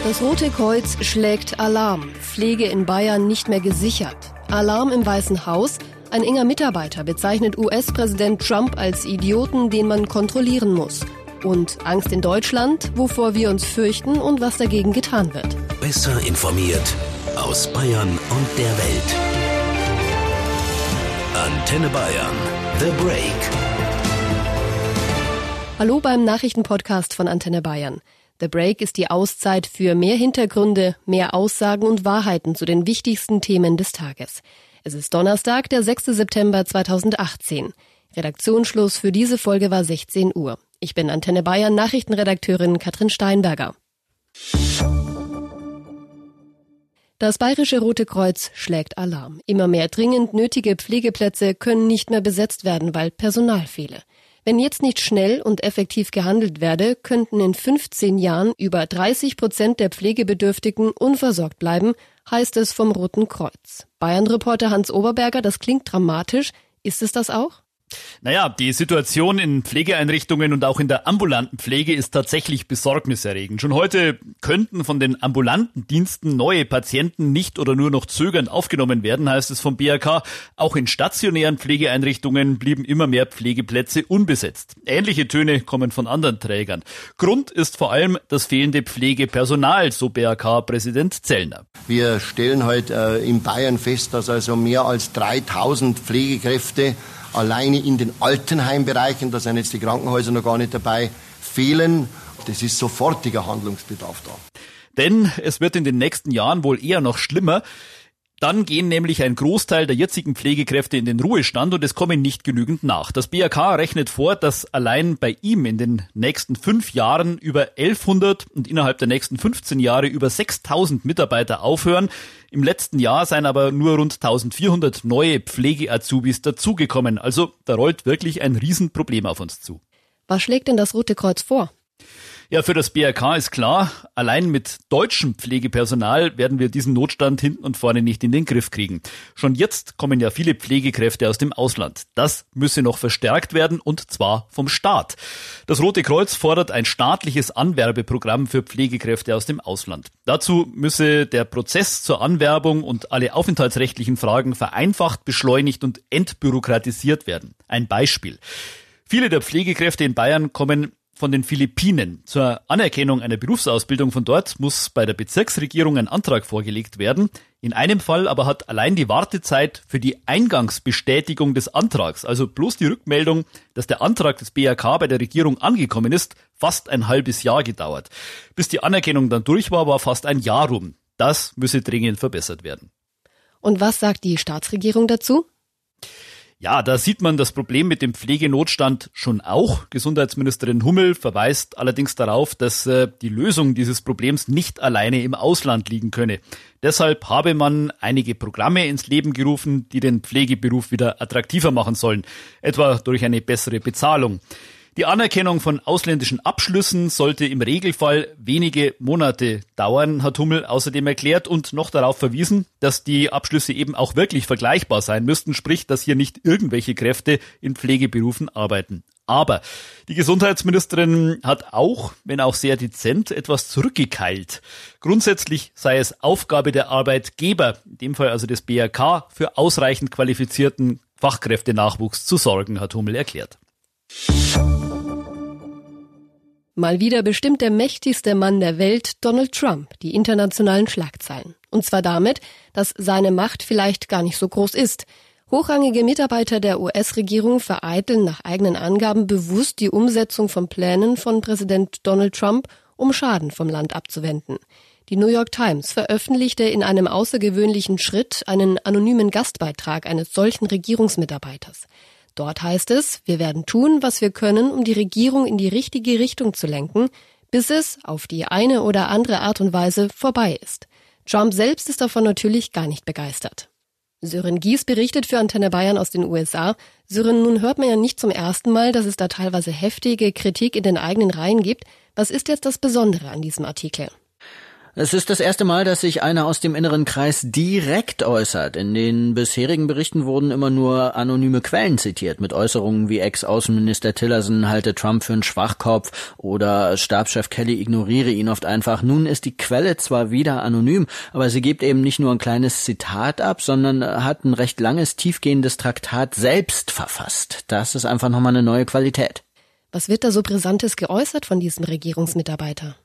Das Rote Kreuz schlägt Alarm. Pflege in Bayern nicht mehr gesichert. Alarm im Weißen Haus. Ein enger Mitarbeiter bezeichnet US-Präsident Trump als Idioten, den man kontrollieren muss. Und Angst in Deutschland, wovor wir uns fürchten und was dagegen getan wird. Besser informiert aus Bayern und der Welt. Antenne Bayern. The Break. Hallo beim Nachrichtenpodcast von Antenne Bayern. The Break ist die Auszeit für mehr Hintergründe, mehr Aussagen und Wahrheiten zu den wichtigsten Themen des Tages. Es ist Donnerstag, der 6. September 2018. Redaktionsschluss für diese Folge war 16 Uhr. Ich bin Antenne Bayern Nachrichtenredakteurin Katrin Steinberger. Das Bayerische Rote Kreuz schlägt Alarm. Immer mehr dringend nötige Pflegeplätze können nicht mehr besetzt werden, weil Personal fehle. Wenn jetzt nicht schnell und effektiv gehandelt werde, könnten in 15 Jahren über 30% der Pflegebedürftigen unversorgt bleiben, heißt es vom Roten Kreuz. Bayern-Reporter Hans Oberberger, das klingt dramatisch. Ist es das auch? Naja, die Situation in Pflegeeinrichtungen und auch in der ambulanten Pflege ist tatsächlich besorgniserregend. Schon heute könnten von den ambulanten Diensten neue Patienten nicht oder nur noch zögernd aufgenommen werden, heißt es vom BAK. Auch in stationären Pflegeeinrichtungen blieben immer mehr Pflegeplätze unbesetzt. Ähnliche Töne kommen von anderen Trägern. Grund ist vor allem das fehlende Pflegepersonal, so BAK-Präsident Zellner. Wir stellen heute in Bayern fest, dass also mehr als 3000 Pflegekräfte alleine in den Altenheimbereichen, da sind jetzt die Krankenhäuser noch gar nicht dabei, fehlen. Das ist sofortiger Handlungsbedarf da. Denn es wird in den nächsten Jahren wohl eher noch schlimmer. Dann gehen nämlich ein Großteil der jetzigen Pflegekräfte in den Ruhestand und es kommen nicht genügend nach. Das BAK rechnet vor, dass allein bei ihm in den nächsten 5 Jahren über 1100 und innerhalb der nächsten 15 Jahre über 6000 Mitarbeiter aufhören. Im letzten Jahr seien aber nur rund 1400 neue Pflege-Azubis dazugekommen. Also da rollt wirklich ein Riesenproblem auf uns zu. Was schlägt denn das Rote Kreuz vor? Ja, für das BAK ist klar, allein mit deutschem Pflegepersonal werden wir diesen Notstand hinten und vorne nicht in den Griff kriegen. Schon jetzt kommen ja viele Pflegekräfte aus dem Ausland. Das müsse noch verstärkt werden und zwar vom Staat. Das Rote Kreuz fordert ein staatliches Anwerbeprogramm für Pflegekräfte aus dem Ausland. Dazu müsse der Prozess zur Anwerbung und alle aufenthaltsrechtlichen Fragen vereinfacht, beschleunigt und entbürokratisiert werden. Ein Beispiel. Viele der Pflegekräfte in Bayern kommen von den Philippinen. Zur Anerkennung einer Berufsausbildung von dort muss bei der Bezirksregierung ein Antrag vorgelegt werden. In einem Fall aber hat allein die Wartezeit für die Eingangsbestätigung des Antrags, also bloß die Rückmeldung, dass der Antrag des BAK bei der Regierung angekommen ist, fast ein halbes Jahr gedauert. Bis die Anerkennung dann durch war, war fast ein Jahr rum. Das müsse dringend verbessert werden. Und was sagt die Staatsregierung dazu? Ja, da sieht man das Problem mit dem Pflegenotstand schon auch. Gesundheitsministerin Hummel verweist allerdings darauf, dass die Lösung dieses Problems nicht alleine im Ausland liegen könne. Deshalb habe man einige Programme ins Leben gerufen, die den Pflegeberuf wieder attraktiver machen sollen, etwa durch eine bessere Bezahlung. Die Anerkennung von ausländischen Abschlüssen sollte im Regelfall wenige Monate dauern, hat Hummel außerdem erklärt und noch darauf verwiesen, dass die Abschlüsse eben auch wirklich vergleichbar sein müssten, sprich, dass hier nicht irgendwelche Kräfte in Pflegeberufen arbeiten. Aber die Gesundheitsministerin hat auch, wenn auch sehr dezent, etwas zurückgekeilt. Grundsätzlich sei es Aufgabe der Arbeitgeber, in dem Fall also des BAK, für ausreichend qualifizierten Fachkräftenachwuchs zu sorgen, hat Hummel erklärt. Mal wieder bestimmt der mächtigste Mann der Welt, Donald Trump, die internationalen Schlagzeilen. Und zwar damit, dass seine Macht vielleicht gar nicht so groß ist. Hochrangige Mitarbeiter der US-Regierung vereiteln nach eigenen Angaben bewusst die Umsetzung von Plänen von Präsident Donald Trump, um Schaden vom Land abzuwenden. Die New York Times veröffentlichte in einem außergewöhnlichen Schritt einen anonymen Gastbeitrag eines solchen Regierungsmitarbeiters. Dort heißt es, wir werden tun, was wir können, um die Regierung in die richtige Richtung zu lenken, bis es auf die eine oder andere Art und Weise vorbei ist. Trump selbst ist davon natürlich gar nicht begeistert. Sören Gies berichtet für Antenne Bayern aus den USA. Sören, nun hört man ja nicht zum ersten Mal, dass es da teilweise heftige Kritik in den eigenen Reihen gibt. Was ist jetzt das Besondere an diesem Artikel? Es ist das erste Mal, dass sich einer aus dem inneren Kreis direkt äußert. In den bisherigen Berichten wurden immer nur anonyme Quellen zitiert, mit Äußerungen wie Ex-Außenminister Tillerson halte Trump für einen Schwachkopf oder Stabschef Kelly ignoriere ihn oft einfach. Nun ist die Quelle zwar wieder anonym, aber sie gibt eben nicht nur ein kleines Zitat ab, sondern hat ein recht langes, tiefgehendes Traktat selbst verfasst. Das ist einfach nochmal eine neue Qualität. Was wird da so Brisantes geäußert von diesem Regierungsmitarbeiter?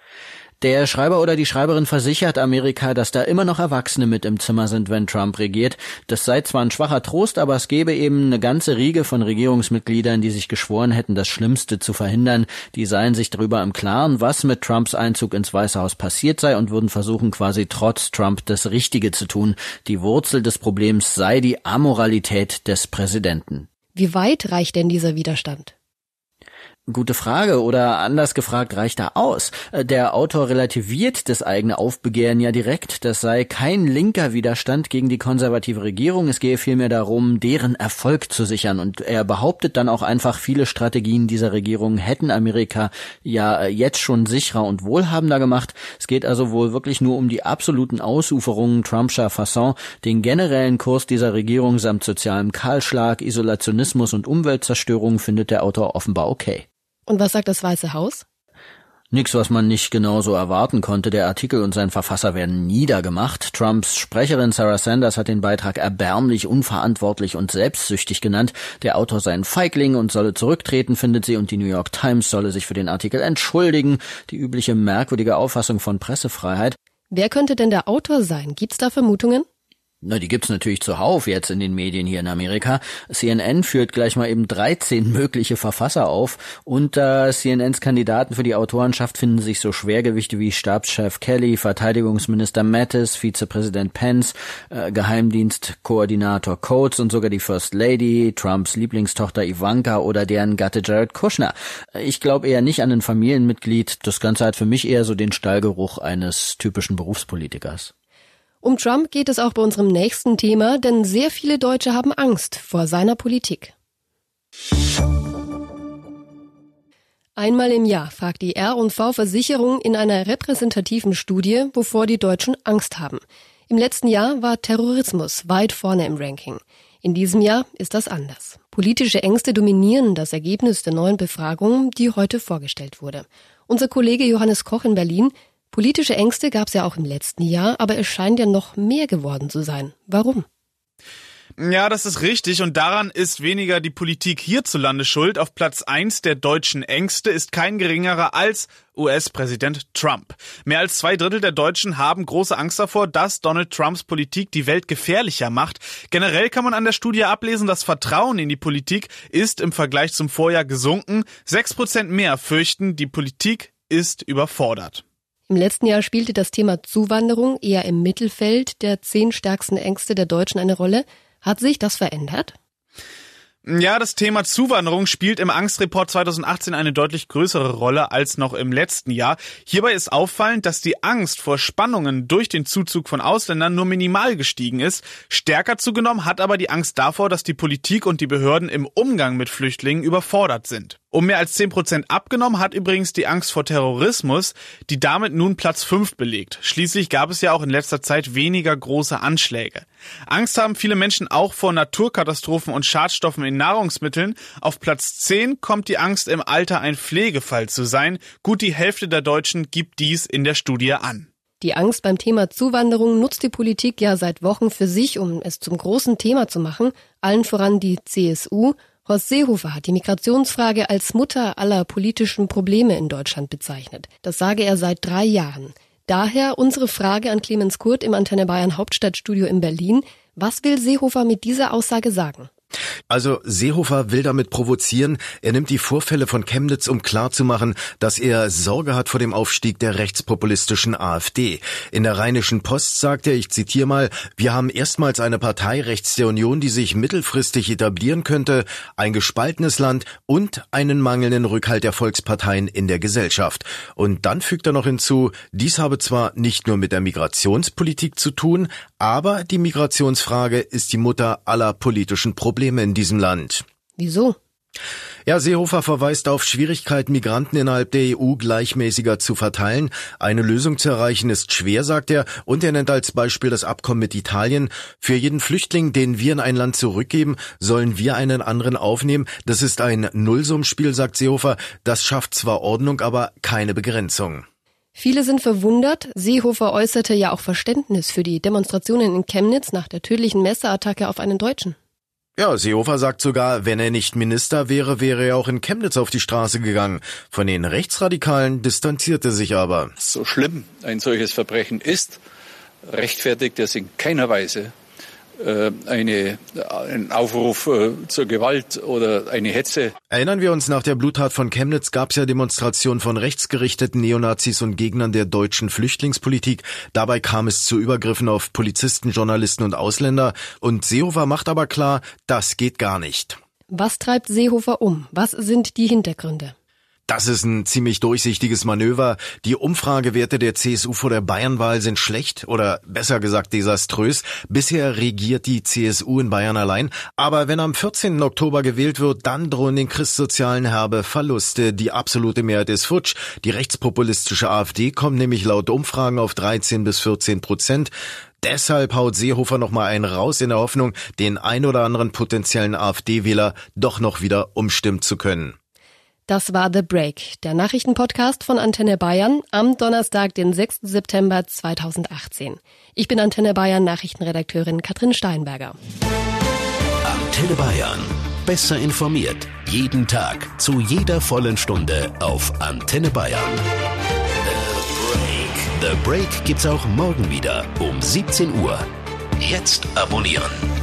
Der Schreiber oder die Schreiberin versichert Amerika, dass da immer noch Erwachsene mit im Zimmer sind, wenn Trump regiert. Das sei zwar ein schwacher Trost, aber es gäbe eben eine ganze Riege von Regierungsmitgliedern, die sich geschworen hätten, das Schlimmste zu verhindern. Die seien sich darüber im Klaren, was mit Trumps Einzug ins Weiße Haus passiert sei und würden versuchen, quasi trotz Trump das Richtige zu tun. Die Wurzel des Problems sei die Amoralität des Präsidenten. Wie weit reicht denn dieser Widerstand? Gute Frage, oder anders gefragt, reicht da aus? Der Autor relativiert das eigene Aufbegehren ja direkt. Das sei kein linker Widerstand gegen die konservative Regierung. Es gehe vielmehr darum, deren Erfolg zu sichern. Und er behauptet dann auch einfach, viele Strategien dieser Regierung hätten Amerika ja jetzt schon sicherer und wohlhabender gemacht. Es geht also wohl wirklich nur um die absoluten Ausuferungen Trumpscher Fasson. Den generellen Kurs dieser Regierung samt sozialem Kahlschlag, Isolationismus und Umweltzerstörung findet der Autor offenbar okay. Und was sagt das Weiße Haus? Nix, was man nicht genauso erwarten konnte. Der Artikel und sein Verfasser werden niedergemacht. Trumps Sprecherin Sarah Sanders hat den Beitrag erbärmlich, unverantwortlich und selbstsüchtig genannt. Der Autor sei ein Feigling und solle zurücktreten, findet sie, und die New York Times solle sich für den Artikel entschuldigen. Die übliche merkwürdige Auffassung von Pressefreiheit. Wer könnte denn der Autor sein? Gibt's da Vermutungen? Na, die gibt's natürlich zuhauf jetzt in den Medien hier in Amerika. CNN führt gleich mal eben 13 mögliche Verfasser auf. Unter CNNs Kandidaten für die Autorenschaft finden sich so Schwergewichte wie Stabschef Kelly, Verteidigungsminister Mattis, Vizepräsident Pence, Geheimdienstkoordinator Coates und sogar die First Lady, Trumps Lieblingstochter Ivanka oder deren Gatte Jared Kushner. Ich glaube eher nicht an ein Familienmitglied. Das Ganze hat für mich eher so den Stallgeruch eines typischen Berufspolitikers. Um Trump geht es auch bei unserem nächsten Thema, denn sehr viele Deutsche haben Angst vor seiner Politik. Einmal im Jahr fragt die R&V-Versicherung in einer repräsentativen Studie, wovor die Deutschen Angst haben. Im letzten Jahr war Terrorismus weit vorne im Ranking. In diesem Jahr ist das anders. Politische Ängste dominieren das Ergebnis der neuen Befragung, die heute vorgestellt wurde. Unser Kollege Johannes Koch in Berlin: Politische Ängste gab es ja auch im letzten Jahr, aber es scheint ja noch mehr geworden zu sein. Warum? Ja, das ist richtig, und daran ist weniger die Politik hierzulande schuld. Auf Platz 1 der deutschen Ängste ist kein geringerer als US-Präsident Trump. Mehr als 2/3 der Deutschen haben große Angst davor, dass Donald Trumps Politik die Welt gefährlicher macht. Generell kann man an der Studie ablesen, das Vertrauen in die Politik ist im Vergleich zum Vorjahr gesunken. 6% mehr fürchten, die Politik ist überfordert. Im letzten Jahr spielte das Thema Zuwanderung eher im Mittelfeld der 10 stärksten Ängste der Deutschen eine Rolle. Hat sich das verändert? Ja, das Thema Zuwanderung spielt im Angstreport 2018 eine deutlich größere Rolle als noch im letzten Jahr. Hierbei ist auffallend, dass die Angst vor Spannungen durch den Zuzug von Ausländern nur minimal gestiegen ist. Stärker zugenommen hat aber die Angst davor, dass die Politik und die Behörden im Umgang mit Flüchtlingen überfordert sind. Um mehr als 10% abgenommen hat übrigens die Angst vor Terrorismus, die damit nun Platz 5 belegt. Schließlich gab es ja auch in letzter Zeit weniger große Anschläge. Angst haben viele Menschen auch vor Naturkatastrophen und Schadstoffen in Nahrungsmitteln. Auf Platz 10 kommt die Angst, im Alter ein Pflegefall zu sein. Gut die Hälfte der Deutschen gibt dies in der Studie an. Die Angst beim Thema Zuwanderung nutzt die Politik ja seit Wochen für sich, um es zum großen Thema zu machen. Allen voran die CSU. Horst Seehofer hat die Migrationsfrage als Mutter aller politischen Probleme in Deutschland bezeichnet. Das sage er seit 3 Jahren. Daher unsere Frage an Clemens Kurt im Antenne Bayern Hauptstadtstudio in Berlin. Was will Seehofer mit dieser Aussage sagen? Also Seehofer will damit provozieren. Er nimmt die Vorfälle von Chemnitz, um klarzumachen, dass er Sorge hat vor dem Aufstieg der rechtspopulistischen AfD. In der Rheinischen Post sagt er, ich zitiere mal: Wir haben erstmals eine Partei rechts der Union, die sich mittelfristig etablieren könnte, ein gespaltenes Land und einen mangelnden Rückhalt der Volksparteien in der Gesellschaft. Und dann fügt er noch hinzu, dies habe zwar nicht nur mit der Migrationspolitik zu tun, aber die Migrationsfrage ist die Mutter aller politischen Probleme in diesem Land. Wieso? Ja, Seehofer verweist auf Schwierigkeiten, Migranten innerhalb der EU gleichmäßiger zu verteilen. Eine Lösung zu erreichen ist schwer, sagt er, und er nennt als Beispiel das Abkommen mit Italien. Für jeden Flüchtling, den wir in ein Land zurückgeben, sollen wir einen anderen aufnehmen. Das ist ein Nullsummspiel, sagt Seehofer. Das schafft zwar Ordnung, aber keine Begrenzung. Viele sind verwundert. Seehofer äußerte ja auch Verständnis für die Demonstrationen in Chemnitz nach der tödlichen Messerattacke auf einen Deutschen. Ja, Seehofer sagt sogar, wenn er nicht Minister wäre, wäre er auch in Chemnitz auf die Straße gegangen. Von den Rechtsradikalen distanzierte er sich aber. So schlimm ein solches Verbrechen ist, rechtfertigt es in keiner Weise einen Aufruf zur Gewalt oder eine Hetze. Erinnern wir uns, nach der Bluttat von Chemnitz gab es ja Demonstrationen von rechtsgerichteten Neonazis und Gegnern der deutschen Flüchtlingspolitik. Dabei kam es zu Übergriffen auf Polizisten, Journalisten und Ausländer. Und Seehofer macht aber klar, das geht gar nicht. Was treibt Seehofer um? Was sind die Hintergründe? Das ist ein ziemlich durchsichtiges Manöver. Die Umfragewerte der CSU vor der Bayernwahl sind schlecht oder besser gesagt desaströs. Bisher regiert die CSU in Bayern allein. Aber wenn am 14. Oktober gewählt wird, dann drohen den Christsozialen herbe Verluste. Die absolute Mehrheit ist futsch. Die rechtspopulistische AfD kommt nämlich laut Umfragen auf 13-14%. Deshalb haut Seehofer nochmal einen raus in der Hoffnung, den ein oder anderen potenziellen AfD-Wähler doch noch wieder umstimmen zu können. Das war The Break, der Nachrichtenpodcast von Antenne Bayern am Donnerstag, den 6. September 2018. Ich bin Antenne Bayern Nachrichtenredakteurin Katrin Steinberger. Antenne Bayern. Besser informiert. Jeden Tag. Zu jeder vollen Stunde auf Antenne Bayern. The Break gibt's auch morgen wieder um 17 Uhr. Jetzt abonnieren.